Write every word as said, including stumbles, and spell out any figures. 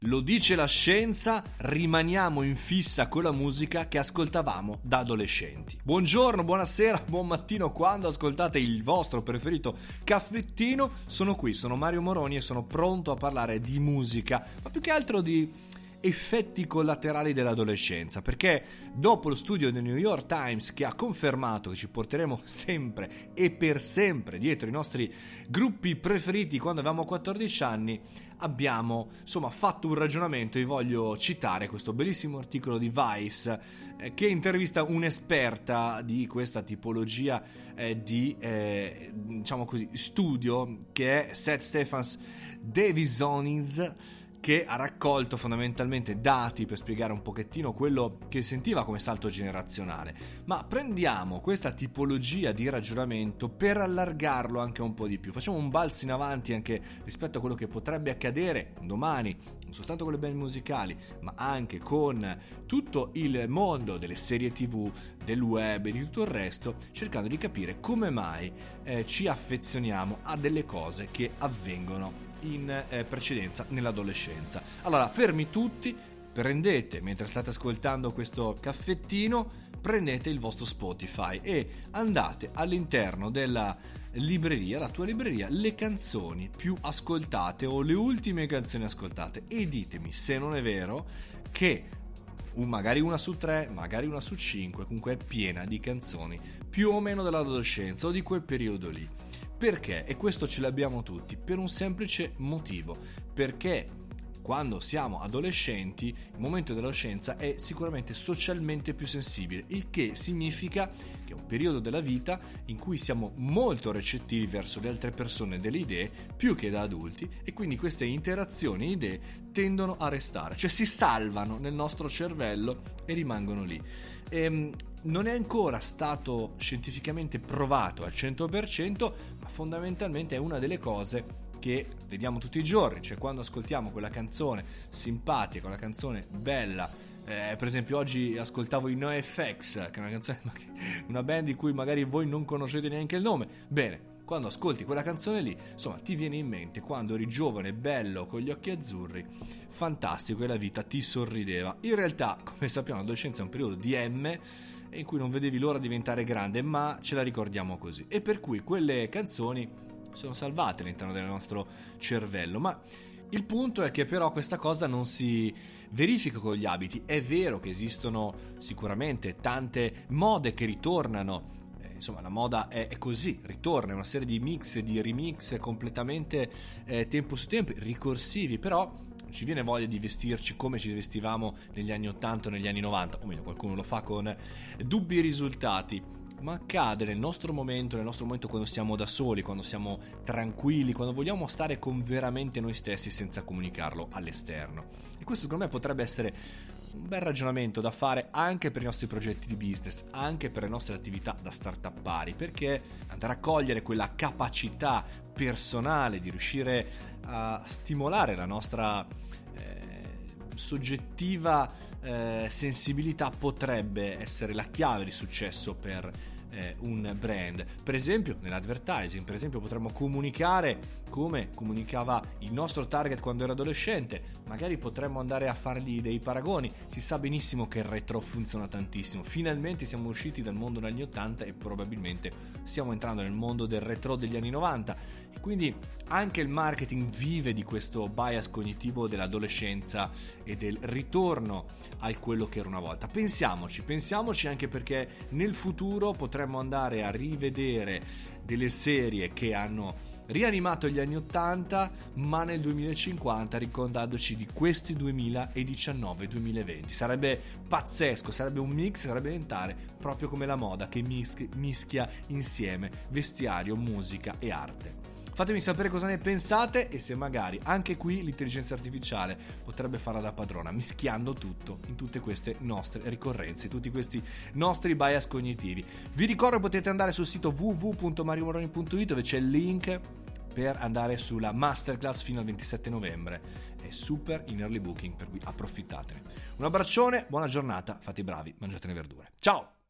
Lo dice la scienza, rimaniamo in fissa con la musica che ascoltavamo da adolescenti. Buongiorno, buonasera, buon mattino, quando ascoltate il vostro preferito caffettino, sono qui, sono Mario Moroni e sono pronto a parlare di musica, ma più che altro di effetti collaterali dell'adolescenza, perché dopo lo studio del New York Times che ha confermato che ci porteremo sempre e per sempre dietro i nostri gruppi preferiti quando avevamo quattordici anni, abbiamo insomma fatto un ragionamento e voglio citare questo bellissimo articolo di Vice eh, che intervista un'esperta di questa tipologia eh, di eh, diciamo così studio, che è Seth Stephens Davisonis, che ha raccolto fondamentalmente dati per spiegare un pochettino quello che sentiva come salto generazionale. Ma prendiamo questa tipologia di ragionamento per allargarlo anche un po' di più. Facciamo un balzo in avanti anche rispetto a quello che potrebbe accadere domani, non soltanto con le band musicali, ma anche con tutto il mondo delle serie tv, del web e di tutto il resto, cercando di capire come mai eh, ci affezioniamo a delle cose che avvengono in eh, precedenza nell'adolescenza. Allora, fermi tutti, prendete, mentre state ascoltando questo caffettino, prendete il vostro Spotify e andate all'interno della libreria, la tua libreria, le canzoni più ascoltate o le ultime canzoni ascoltate e ditemi se non è vero che un, magari una su tre, magari una su cinque, comunque è piena di canzoni più o meno dell'adolescenza o di quel periodo lì. Perché? E questo ce l'abbiamo tutti, per un semplice motivo, perché quando siamo adolescenti, il momento dell'adolescenza è sicuramente socialmente più sensibile, il che significa che è un periodo della vita in cui siamo molto recettivi verso le altre persone, delle idee, più che da adulti, e quindi queste interazioni e idee tendono a restare, cioè si salvano nel nostro cervello e rimangono lì. Ehm, non è ancora stato scientificamente provato al cento per cento, ma fondamentalmente è una delle cose che vediamo tutti i giorni, cioè quando ascoltiamo quella canzone simpatica, quella canzone bella, eh, per esempio oggi ascoltavo i NoFX, che è una canzone, una band di cui magari voi non conoscete neanche il nome, bene, quando ascolti quella canzone lì, insomma, ti viene in mente quando eri giovane, bello, con gli occhi azzurri, fantastico e la vita ti sorrideva. In realtà, come sappiamo, l'adolescenza è un periodo di M in cui non vedevi l'ora di diventare grande, ma ce la ricordiamo così. E per cui quelle canzoni sono salvate all'interno del nostro cervello, ma il punto è che però questa cosa non si verifica con gli abiti. È vero che esistono sicuramente tante mode che ritornano, eh, insomma la moda è, è così, ritorna, è una serie di mix, di remix completamente eh, tempo su tempo, ricorsivi, però ci viene voglia di vestirci come ci vestivamo negli anni ottanta o negli anni novanta, o meglio qualcuno lo fa con dubbi risultati. Ma accade nel nostro momento, nel nostro momento quando siamo da soli, quando siamo tranquilli, quando vogliamo stare con veramente noi stessi senza comunicarlo all'esterno. E questo secondo me potrebbe essere un bel ragionamento da fare anche per i nostri progetti di business, anche per le nostre attività da start-upari, perché andare a cogliere quella capacità personale di riuscire a stimolare la nostra eh, soggettiva eh, sensibilità potrebbe essere la chiave di successo per eh, un brand. Per esempio nell'advertising, per esempio potremmo comunicare come comunicava il nostro target quando era adolescente, magari potremmo andare a fargli dei paragoni. Si sa benissimo che il retro funziona tantissimo, finalmente siamo usciti dal mondo degli anni ottanta e probabilmente stiamo entrando nel mondo del retro degli anni novanta, e quindi anche il marketing vive di questo bias cognitivo dell'adolescenza e del ritorno al quello che era una volta. Pensiamoci, pensiamoci anche perché nel futuro potremmo andare a rivedere delle serie che hanno rianimato gli anni ottanta, ma nel duemilacinquanta ricordandoci di questi duemiladiciannove duemilaventi. Sarebbe pazzesco, sarebbe un mix, sarebbe diventare proprio come la moda che mis- mischia insieme vestiario, musica e arte. Fatemi sapere cosa ne pensate e se magari anche qui l'intelligenza artificiale potrebbe farla da padrona, mischiando tutto in tutte queste nostre ricorrenze, tutti questi nostri bias cognitivi. Vi ricordo che potete andare sul sito w w w punto mario moroni punto it dove c'è il link per andare sulla masterclass fino al ventisette novembre. È super in early booking, per cui approfittatene. Un abbraccione, buona giornata, fate i bravi, mangiate le verdure. Ciao!